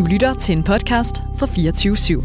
lytter til en podcast fra 24/7.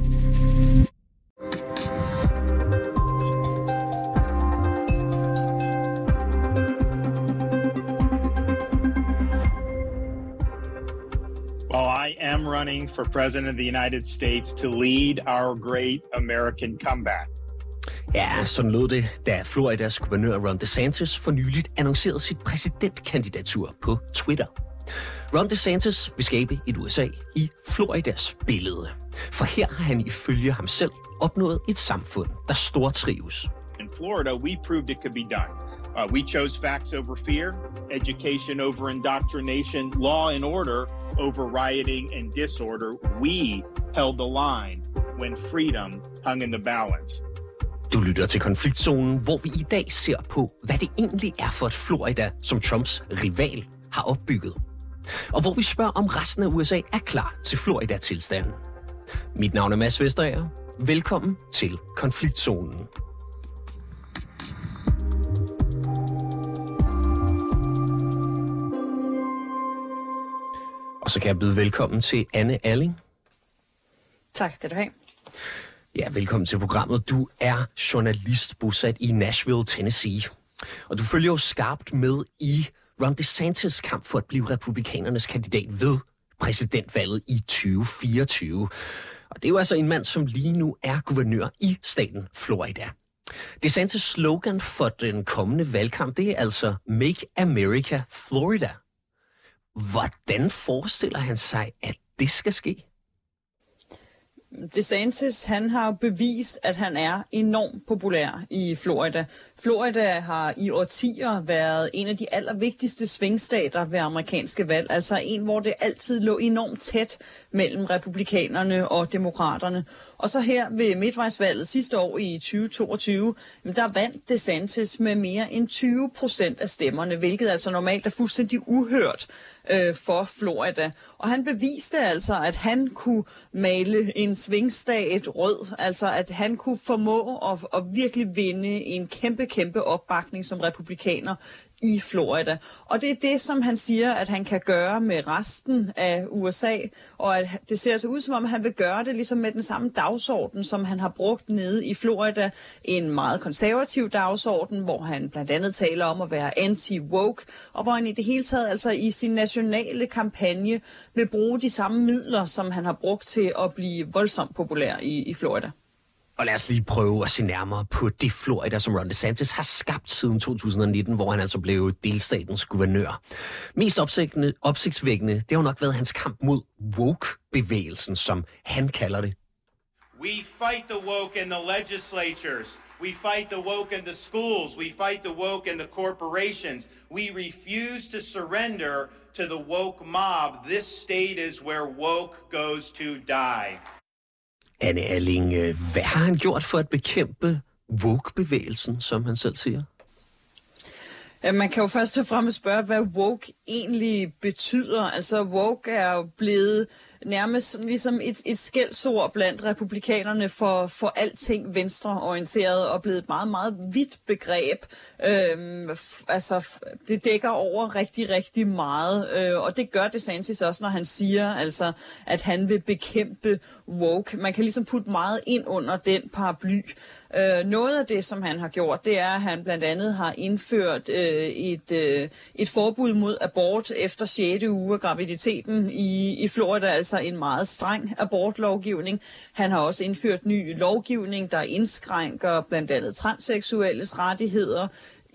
I am running for president of the United States to lead our great American comeback. Ja, sådan lød det, da Floridas guvernør Ron DeSantis for nyligt annoncerede sit præsidentkandidatur på Twitter. Ron DeSantis vil skabe et USA i Floridas billede. For her har han ifølge ham selv opnået et samfund, der stortrives. In Florida, we proved it could be done. We chose facts over fear, education over indoctrination, law and order over rioting and disorder. We held the line when freedom hung in the balance. Du lytter til Konfliktzonen, hvor vi i dag ser på, hvad det egentlig er for et Florida, som Trumps rival har opbygget. Og hvor vi spørger, om resten af USA er klar til Florida-tilstanden. Mit navn er Mads Vesterager. Velkommen til Konfliktzonen. Og så kan jeg byde velkommen til Anne Alling. Tak skal du have. Ja, velkommen til programmet. Du er journalist bosat i Nashville, Tennessee. Og du følger jo skarpt med i Ron DeSantis kamp for at blive republikanernes kandidat ved præsidentvalget i 2024. Og det er jo altså en mand, som lige nu er guvernør i staten Florida. DeSantis slogan for den kommende valgkamp, det er altså Make America Florida. Hvordan forestiller han sig, at det skal ske? DeSantis, han har bevist, at han er enormt populær i Florida. Florida har i årtier været en af de allervigtigste svingstater ved amerikanske valg. Altså en, hvor det altid lå enormt tæt mellem republikanerne og demokraterne. Og så her ved midtvejsvalget sidste år i 2022, der vandt DeSantis med mere end 20% af stemmerne, hvilket altså normalt er fuldstændig uhørt for Florida. Og han beviste altså, at han kunne male en svingstat rød, altså at han kunne formå at virkelig vinde en kæmpe opbakning som republikaner i Florida. Og det er det, som han siger, at han kan gøre med resten af USA, og at det ser så ud, som om han vil gøre det ligesom med den samme dagsorden, som han har brugt nede i Florida. En meget konservativ dagsorden, hvor han blandt andet taler om at være anti-woke, og hvor han i det hele taget altså i sin nationale kampagne vil bruge de samme midler, som han har brugt til at blive voldsomt populær i Florida. Og lad os lige prøve at se nærmere på det Florida, som Ron DeSantis har skabt siden 2019, hvor han altså blev delstatens guvernør. Mest opsigtsvækkende, det har jo nok været hans kamp mod woke-bevægelsen, som han kalder det. We fight the woke in the legislatures. We fight the woke in the schools. We fight the woke in the corporations. We refuse to surrender to the woke mob. This state is where woke goes to die. Anne Alling, hvad har han gjort for at bekæmpe woke-bevægelsen, som han selv siger? Man kan jo først og fremmest spørge, hvad woke egentlig betyder. Altså woke er jo blevet nærmest ligesom et skældsord blandt republikanerne for alting venstreorienteret og blevet et meget vidt begreb. Altså det dækker over rigtig meget, og det gør DeSantis også, når han siger altså, at han vil bekæmpe woke. Man kan ligesom putte meget ind under den paraply. Noget af det, som han har gjort, det er, at han blandt andet har indført et forbud mod abort efter 6. uge af graviditeten i Florida, altså en meget streng abortlovgivning. Han har også indført ny lovgivning, der indskrænker blandt andet transseksuelles rettigheder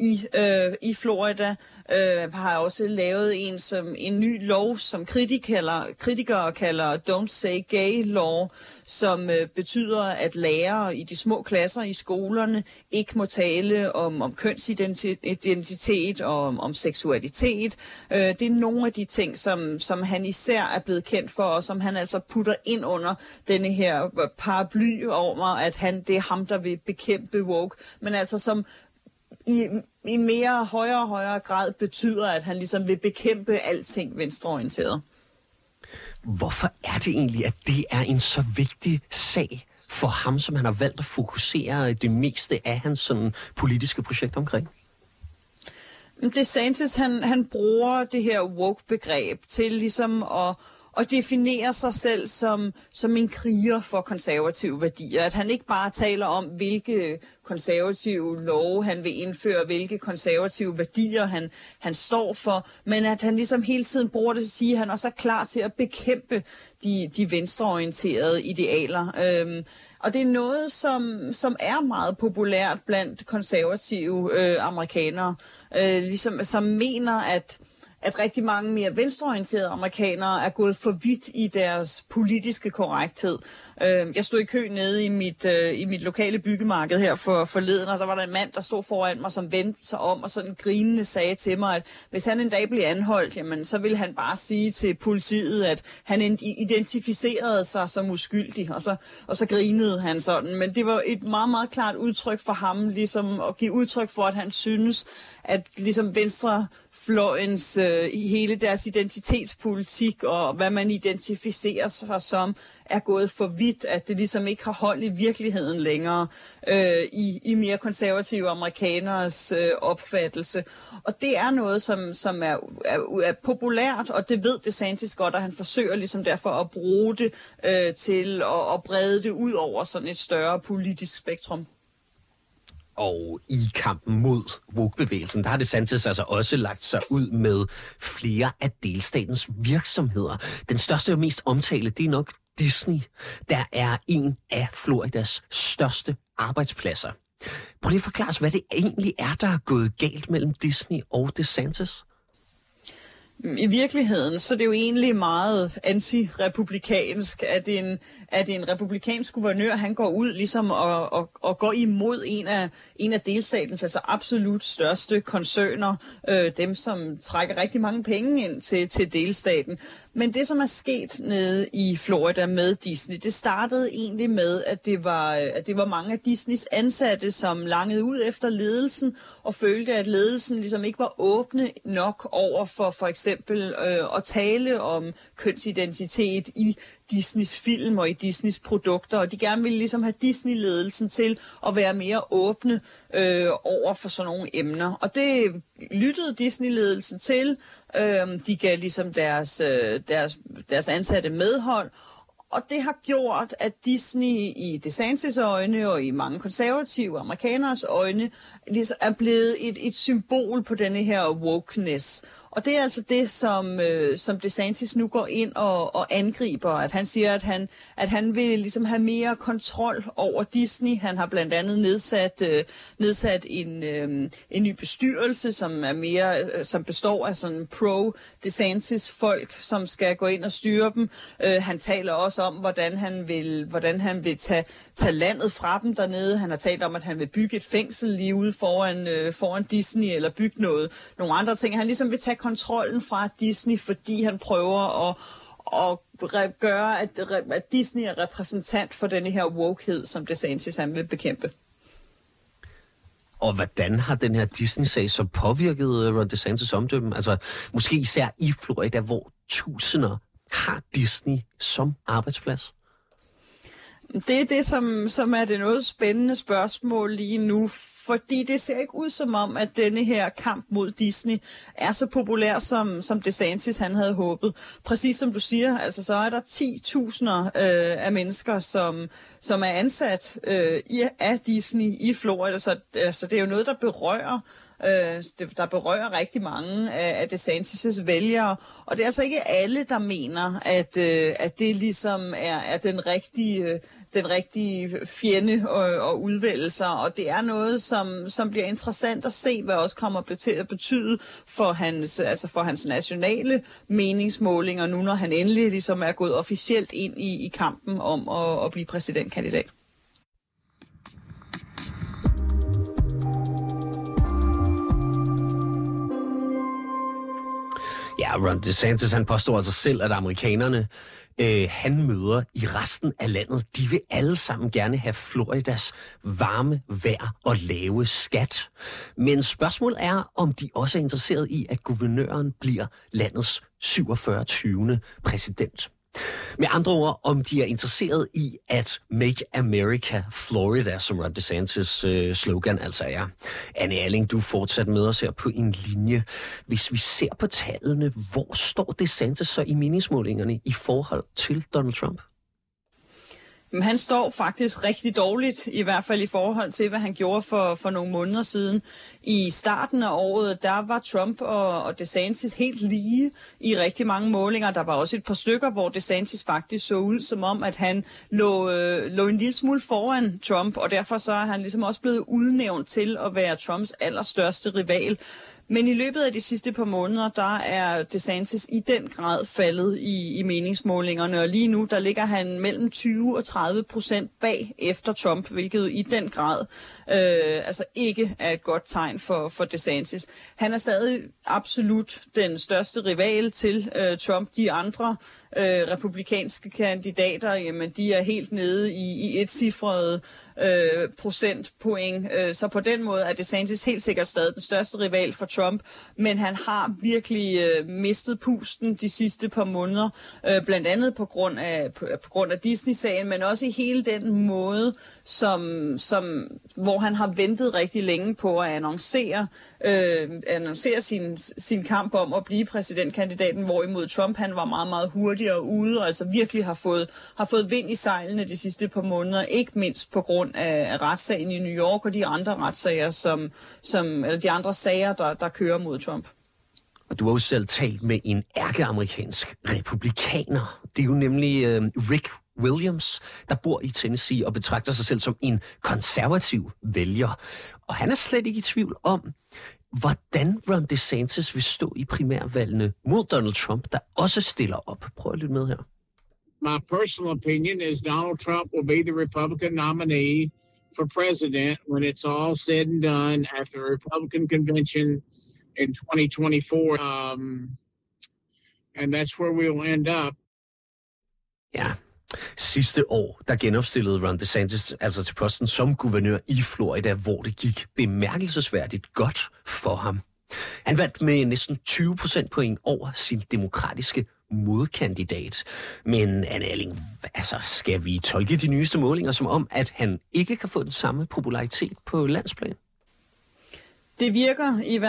i Florida. Har også lavet en ny lov, som kritikere kalder Don't Say Gay Law, som betyder, at lærere i de små klasser i skolerne ikke må tale om kønsidentitet og om seksualitet. Det er nogle af de ting, som han især er blevet kendt for, og som han altså putter ind under denne her paraply over, at det er ham, der vil bekæmpe woke, men altså som i mere højere grad betyder, at han ligesom vil bekæmpe alting venstreorienteret. Hvorfor er det egentlig, at det er en så vigtig sag for ham, som han har valgt at fokusere det meste af hans sådan politiske projekt omkring? DeSantis, han bruger det her woke-begreb til ligesom og definerer sig selv som en kriger for konservative værdier. At han ikke bare taler om, hvilke konservative love han vil indføre, hvilke konservative værdier han står for, men at han ligesom hele tiden bruger det til at sige, at han også er klar til at bekæmpe de venstreorienterede idealer. Og det er noget, som er meget populært blandt konservative amerikanere, som mener, at rigtig mange mere venstreorienterede amerikanere er gået for vidt i deres politiske korrekthed. Jeg stod i kø nede i mit lokale byggemarked her forleden, og så var der en mand, der stod foran mig, som vendte sig om og sådan grinende sagde til mig, at hvis han en dag blev anholdt, jamen, så ville han bare sige til politiet, at han identificerede sig som uskyldig, og så grinede han sådan. Men det var et meget, meget klart udtryk for ham, ligesom at give udtryk for, at han synes, at ligesom venstrefløjens i hele deres identitetspolitik og hvad man identificerer sig som, er gået for vidt, at det ligesom ikke har hold i virkeligheden længere i mere konservative amerikaneres opfattelse. Og det er noget, som er populært, og det ved DeSantis godt, og han forsøger ligesom derfor at bruge det til at brede det ud over sådan et større politisk spektrum. Og i kampen mod woke-bevægelsen, der har DeSantis altså også lagt sig ud med flere af delstatens virksomheder. Den største og mest omtalte, det er nok Disney, der er en af Floridas største arbejdspladser. Prøv lige at forklare os, hvad det egentlig er, der er gået galt mellem Disney og DeSantis. I virkeligheden, så er det jo egentlig meget anti-republikansk, at en republikansk guvernør, han går ud ligesom og går imod en af delstatens altså absolut største koncerner, dem som trækker rigtig mange penge ind til delstaten. Men det, som er sket nede i Florida med Disney, det startede egentlig med, at det var mange af Disneys ansatte, som langede ud efter ledelsen og følte, at ledelsen ligesom ikke var åbne nok over for eksempel at tale om kønsidentitet i Disneys film og i Disneys produkter, og de gerne ville ligesom have Disney-ledelsen til at være mere åbne over for sådan nogle emner. Og det lyttede Disney-ledelsen til. De gav ligesom deres ansatte medhold, og det har gjort, at Disney i DeSantis' øjne og i mange konservative amerikaneres øjne ligesom er blevet et symbol på denne her wokeness. Og det er altså det, som DeSantis nu går ind og angriber, at han siger, at han vil ligesom have mere kontrol over Disney. Han har blandt andet nedsat en ny bestyrelse, som består af sådan pro-DeSantis folk, som skal gå ind og styre dem. Han taler også om, hvordan han vil tage landet fra dem dernede. Han har talt om, at han vil bygge et fængsel lige ude foran Disney, eller bygge nogle andre ting. Han ligesom vil tage kontrollen fra Disney, fordi han prøver at gøre, at Disney er repræsentant for denne her wokehed, som DeSantis han vil bekæmpe. Og hvordan har den her Disney-sag så påvirket Ron DeSantis omdømme? Altså måske især i Florida, hvor tusinder har Disney som arbejdsplads? Det er det, som er det noget spændende spørgsmål lige nu, fordi det ser ikke ud som om, at denne her kamp mod Disney er så populær, som DeSantis han havde håbet. Præcis som du siger, altså så er der 10.000 af mennesker, som er ansat af Disney i Florida, så det er jo noget, der berører rigtig mange af DeSantis' vælgere. Og det er altså ikke alle, der mener, at det ligesom er den rigtige fjende og udvælgelser, og det er noget, som bliver interessant at se, hvad også kommer til at betyde for hans nationale meningsmålinger, nu når han endelig ligesom er gået officielt ind i kampen om at blive præsidentkandidat. Ja, Ron DeSantis, han påstår altså selv, at amerikanerne, han møder i resten af landet, de vil alle sammen gerne have Floridas varme vejr og lave skat. Men spørgsmålet er, om de også er interesseret i, at guvernøren bliver landets 47. præsident. Med andre ord, om de er interesseret i at make America Florida, som Ron DeSantis slogan altså er. Anne Alling, du er fortsat med os her på en linje. Hvis vi ser på tallene, hvor står DeSantis så i meningsmålingerne i forhold til Donald Trump? Han står faktisk rigtig dårligt, i hvert fald i forhold til, hvad han gjorde for nogle måneder siden. I starten af året, der var Trump og DeSantis helt lige i rigtig mange målinger. Der var også et par stykker, hvor DeSantis faktisk så ud som om, at han lå en lille smule foran Trump, og derfor så er han ligesom også blevet udnævnt til at være Trumps allerstørste rival. Men i løbet af de sidste par måneder, der er DeSantis i den grad faldet i meningsmålingerne, og lige nu, der ligger han mellem 20 og 30% bag efter Trump, hvilket i den grad altså ikke er et godt tegn for DeSantis. Han er stadig absolut den største rival til Trump. De andre republikanske kandidater, jamen de er helt nede i etcifrede procentpoint. Så på den måde er DeSantis helt sikkert stadig den største rival for Trump, men han har virkelig mistet pusten de sidste par måneder, blandt andet på grund af Disney-sagen, men også i hele den måde, hvor han har ventet rigtig længe på at annoncere sin kamp om at blive præsidentkandidaten, hvorimod Trump han var meget, meget hurtigere ude, og altså virkelig har fået vind i sejlene de sidste par måneder, ikke mindst på grund af retssagen i New York og de andre retssager, eller de andre sager, der kører mod Trump. Og du har jo selv talt med en ærkeamerikansk republikaner. Det er jo nemlig Rick Williams, der bor i Tennessee og betragter sig selv som en konservativ vælger. Og han er slet ikke i tvivl om, hvordan Ron DeSantis vil stå i primærvalgene mod Donald Trump, der også stiller op. Prøv at lytte med her. My personal opinion is Donald Trump will be the Republican nominee for president when it's all said and done after the Republican convention in 2024. And that's where we'll end up. Ja. Sidste år, der genopstillede Ron DeSantis altså til posten som guvernør i Florida, hvor det gik bemærkelsesværdigt godt for ham. Han vandt med næsten 20 procentpoint over sin demokratiske modkandidat. Men Anne Alling, altså, skal vi tolke de nyeste målinger som om, at han ikke kan få den samme popularitet på landsplan? Det virker i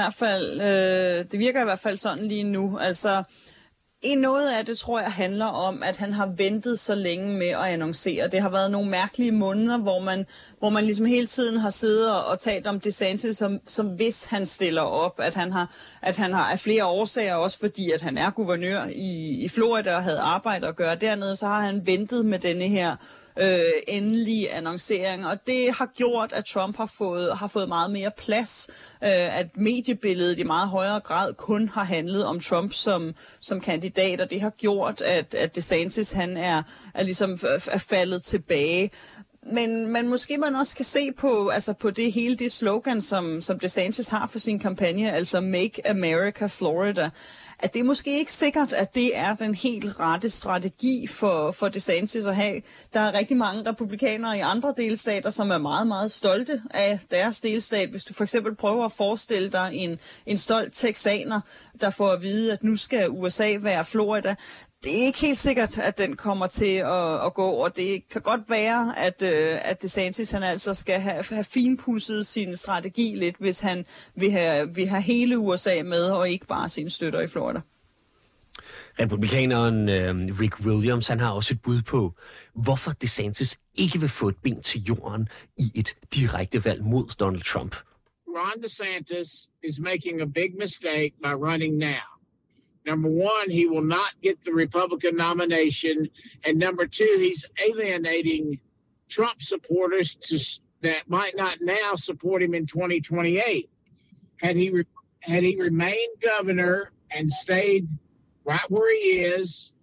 hvert fald sådan lige nu. Altså, noget af det, tror jeg, handler om, at han har ventet så længe med at annoncere. Det har været nogle mærkelige måneder, hvor man ligesom hele tiden har siddet og talt om DeSantis, som hvis han stiller op. At han har af flere årsager, også fordi at han er guvernør i Florida og havde arbejde at gøre dernede, så har han ventet med denne her endelige annoncering, og det har gjort, at Trump har fået meget mere plads, at mediebilledet i meget højere grad kun har handlet om Trump som kandidat, og det har gjort, at DeSantis han er ligesom faldet tilbage. Men måske man også kan se på hele det slogan, som DeSantis har for sin kampagne, altså Make America Florida, at det er måske ikke sikkert, at det er den helt rette strategi for DeSantis at have. Der er rigtig mange republikanere i andre delstater, som er meget, meget stolte af deres delstat. Hvis du for eksempel prøver at forestille dig en stolt texaner, der får at vide, at nu skal USA være Florida, det er ikke helt sikkert, at den kommer til at gå, og det kan godt være, at DeSantis han altså skal have finpudset sin strategi lidt, hvis han vil have hele USA med, og ikke bare sine støtter i Florida. Republikaneren Rick Williams, han har også et bud på, hvorfor DeSantis ikke vil få et ben til jorden i et direkte valg mod Donald Trump. Ron DeSantis is making a big mistake by running now. Number one, he will not get the Republican nomination. And number two, he's alienating Trump supporters that might not now support him in 2028. Had he remained governor and stayed right where he is,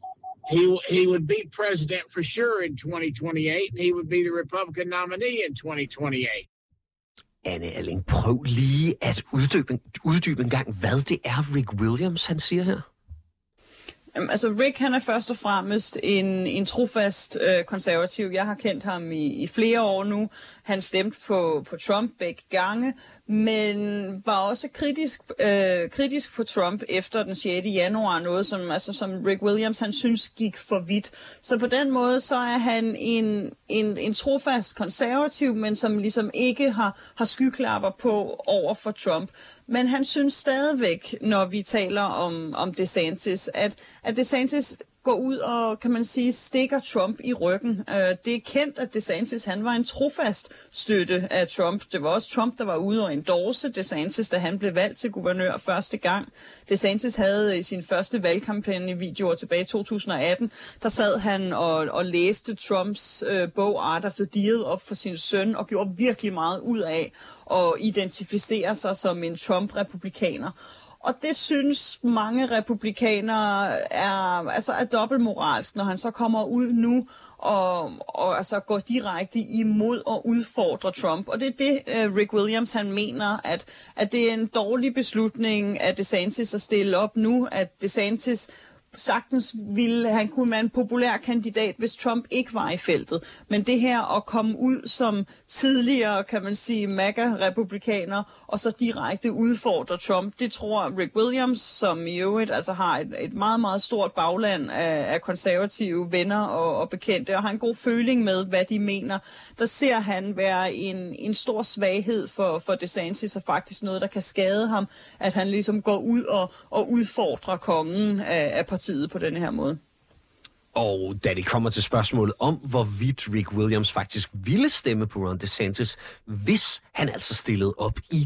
he would be president for sure in 2028, and he would be the Republican nominee in 2028. Anne Alling, prøv lige at uddybe en gang, hvad det er Rick Williams, han siger her. Altså Rick, han er først og fremmest en trofast konservativ. Jeg har kendt ham i flere år nu. Han stemte på Trump begge gange, men var også kritisk på Trump efter den 6. januar, noget som Rick Williams han synes gik for vidt. Så på den måde så er han en trofast konservativ, men som ligesom ikke har skyklapper på over for Trump. Men han synes stadigvæk, når vi taler om DeSantis, at DeSantis går ud og, kan man sige, stikker Trump i ryggen. Det er kendt, at DeSantis han var en trofast støtte af Trump. Det var også Trump, der var ude og endorse DeSantis, da han blev valgt til guvernør første gang. DeSantis havde i sin første valgkampagnevideoer tilbage i 2018, der sad han og læste Trumps bog Art of the Deal op for sin søn og gjorde virkelig meget ud af at identificere sig som en Trump-republikaner. Og det synes mange republikanere er dobbeltmoralsk, når han så kommer ud nu og altså går direkte imod og udfordrer Trump. Og det er det, Rick Williams han mener, at det er en dårlig beslutning af DeSantis at stille op nu, at DeSantis sagtens ville han kunne være en populær kandidat, hvis Trump ikke var i feltet. Men det her at komme ud som tidligere, kan man sige, MAGA-republikaner, og så direkte udfordre Trump, det tror Rick Williams, som i øvrigt altså har et meget, meget stort bagland af konservative venner og bekendte, og har en god føling med, hvad de mener. Der ser han være en stor svaghed for DeSantis, og faktisk noget, der kan skade ham, at han ligesom går ud og udfordrer kongen af partiet på denne her måde. Og da det kommer til spørgsmålet om, hvorvidt Rick Williams faktisk ville stemme på Ron DeSantis, hvis han altså stillede op i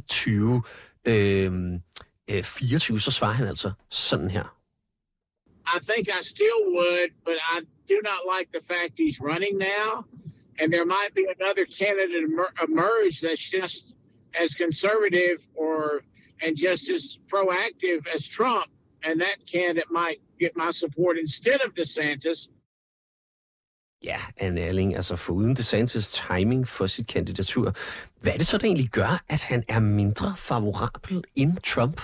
2024, så svarer han altså sådan her. I think I still would, but I do not like the fact he's running now. And there might be another candidate emerge that's just as conservative and just as proactive as Trump. And that candidate might get my support instead of DeSantis. Ja, Anne Erling, altså foruden DeSantis timing for sit kandidatur, hvad er det så, der egentlig gør, at han er mindre favorabel end Trump?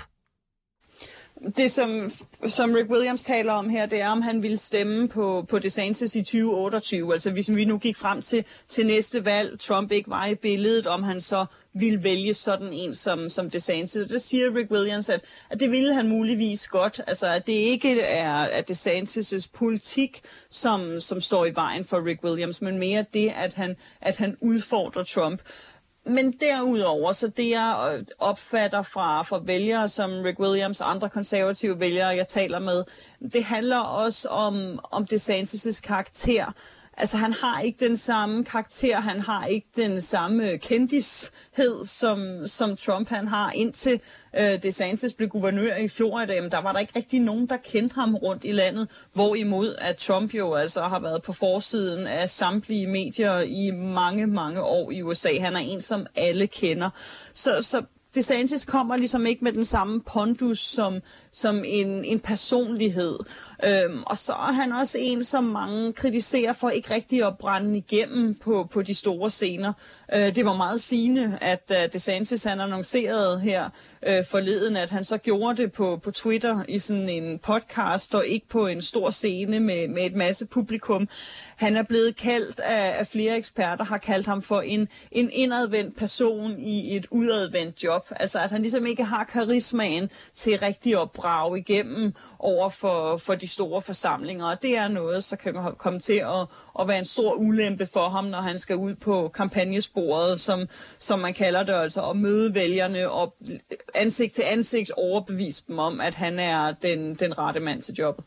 Det, som Rick Williams taler om her, det er, om han ville stemme på DeSantis i 2028. Altså hvis vi nu gik frem til næste valg, Trump ikke var i billedet, om han så ville vælge sådan en som DeSantis. Det siger Rick Williams, at det ville han muligvis godt. Altså at det ikke er DeSantis' politik, som står i vejen for Rick Williams, men mere det, at han udfordrer Trump. Men derudover, så det jeg opfatter fra vælgere som Rick Williams og andre konservative vælgere, jeg taler med, det handler også om DeSantis' karakter. Altså han har ikke den samme karakter, han har ikke den samme kendished, som Trump han har indtil DeSantis blev guvernør i Florida. Men der var der ikke rigtig nogen, der kendte ham rundt i landet, hvorimod at Trump jo altså har været på forsiden af samtlige medier i mange, mange år i USA. Han er en, som alle kender. Så DeSantis kommer ligesom ikke med den samme pondus som en personlighed. Og så er han også en, som mange kritiserer for ikke rigtig at brænde igennem på de store scener. Det var meget sigende, at DeSantis han annoncerede her forleden, at han så gjorde det på Twitter i sådan en podcast og ikke på en stor scene med et masse publikum. Han er blevet kaldt af flere eksperter, har kaldt ham for en indadvendt person i et udadvendt job. Altså at han ligesom ikke har karismaen til rigtig at brage igennem over for de store forsamlinger. Og det er noget, så kan komme til at være en stor ulempe for ham, når han skal ud på kampagnesporet, som man kalder det, altså at møde vælgerne og ansigt til ansigt overbevise dem om, at han er den rette mand til jobbet.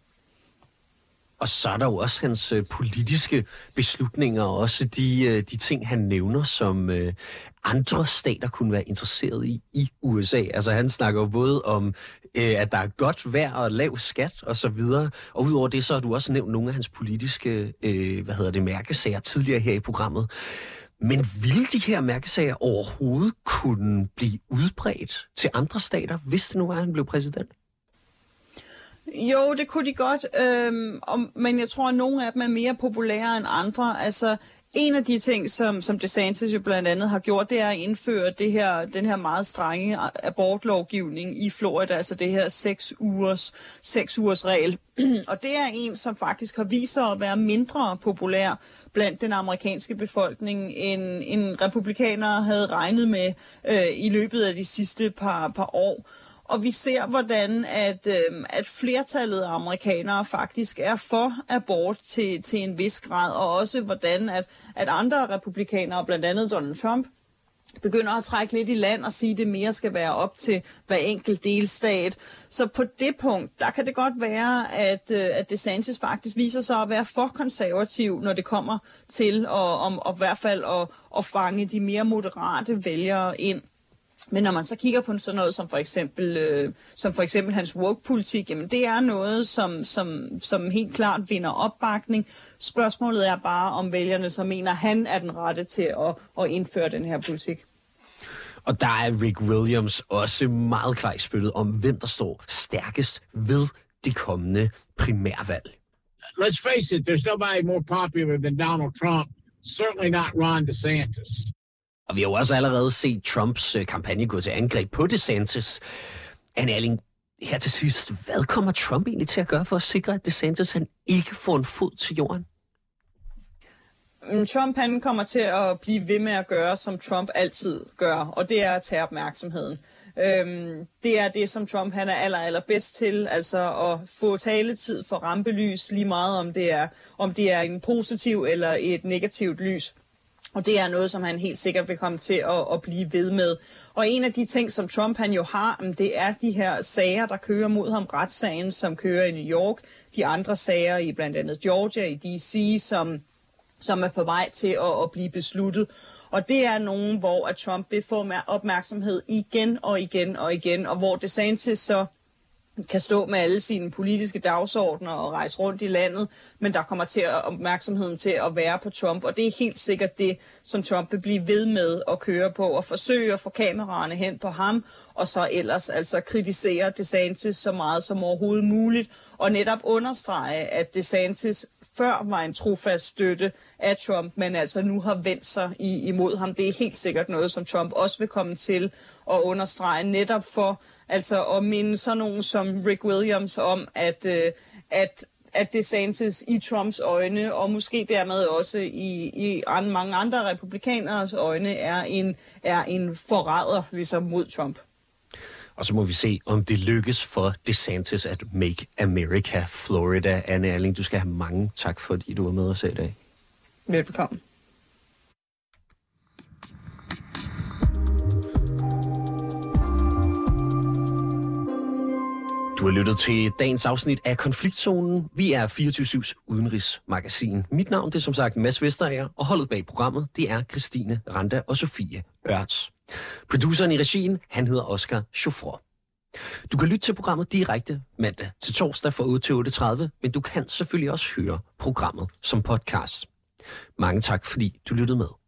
Og så er der jo også hans politiske beslutninger, og også de ting, han nævner, som andre stater kunne være interesseret i USA. Altså han snakker jo både om, at der er godt vejr og lav skat og så videre. Og udover det, så har du også nævnt nogle af hans politiske mærkesager tidligere her i programmet. Men ville de her mærkesager overhovedet kunne blive udbredt til andre stater, hvis det nu var, at han blev præsident? Jo, det kunne de godt, men jeg tror, at nogle af dem er mere populære end andre. Altså, En af de ting, som DeSantis jo blandt andet har gjort, det er at indføre den her meget strenge abortlovgivning i Florida, altså det her 6 ugers regel. Og det er en, som faktisk har vist sig at være mindre populær blandt den amerikanske befolkning, end republikanere havde regnet med i løbet af de sidste par år. Og vi ser, hvordan at flertallet af amerikanere faktisk er for abort til en vis grad, og også hvordan at andre republikanere, blandt andet Donald Trump, begynder at trække lidt i land og sige, at det mere skal være op til hver enkelt delstat. Så på det punkt, der kan det godt være, at DeSantis faktisk viser sig at være for konservativ, når det kommer til at i hvert fald at fange de mere moderate vælgere ind. Men når man så kigger på sådan noget som for eksempel hans woke-politik, jamen det er noget, som helt klart vinder opbakning. Spørgsmålet er bare, om vælgerne så mener, at han er den rette til at indføre den her politik. Og der er Rick Williams også meget klar i spyttet om, hvem der står stærkest ved det kommende primærvalg. Let's face it, there's nobody more popular than Donald Trump. Certainly not Ron DeSantis. Og vi har jo også allerede set Trumps kampagne gå til angreb på DeSantis. Anne Alling, her til sidst, hvad kommer Trump egentlig til at gøre for at sikre, at DeSantis han ikke får en fod til jorden? Trump han kommer til at blive ved med at gøre, som Trump altid gør, og det er at tage opmærksomheden. Det er det, som Trump han er allerbedst til, altså at få taletid for rampelys, lige meget om det er en positiv eller et negativt lys. Og det er noget, som han helt sikkert vil komme til at blive ved med. Og en af de ting, som Trump han jo har, det er de her sager, der kører mod ham. Retssagen, som kører i New York. De andre sager i blandt andet Georgia, i D.C., som er på vej til at blive besluttet. Og det er nogen, hvor at Trump vil få opmærksomhed igen og igen og igen. Og hvor DeSantis så kan stå med alle sine politiske dagsordner og rejse rundt i landet, men der kommer til opmærksomheden til at være på Trump, og det er helt sikkert det, som Trump vil blive ved med at køre på, og forsøge at få kameraerne hen på ham, og så ellers altså kritisere DeSantis så meget som overhovedet muligt, og netop understrege, at DeSantis før var en trofast støtte af Trump, men altså nu har vendt sig imod ham. Det er helt sikkert noget, som Trump også vil komme til at understrege, netop for altså at minde sådan nogen som Rick Williams om, at DeSantis i Trumps øjne, og måske dermed også i mange andre republikaneres øjne, er en forræder ligesom mod Trump. Og så må vi se, om det lykkes for DeSantis at make America Florida. Anne Alling, du skal have mange tak, fordi du var med os i dag. Velbekomme. Du har lyttet til dagens afsnit af Konfliktzonen. Vi er 24/7's udenrigsmagasin. Mit navn det er som sagt Mads Vesterager, og holdet bag programmet det er Christine Randa og Sofie Ørts. Produceren i regien, han hedder Oscar Chauffeur. Du kan lytte til programmet direkte mandag til torsdag fra 8 til 8:30, men du kan selvfølgelig også høre programmet som podcast. Mange tak, fordi du lyttede med.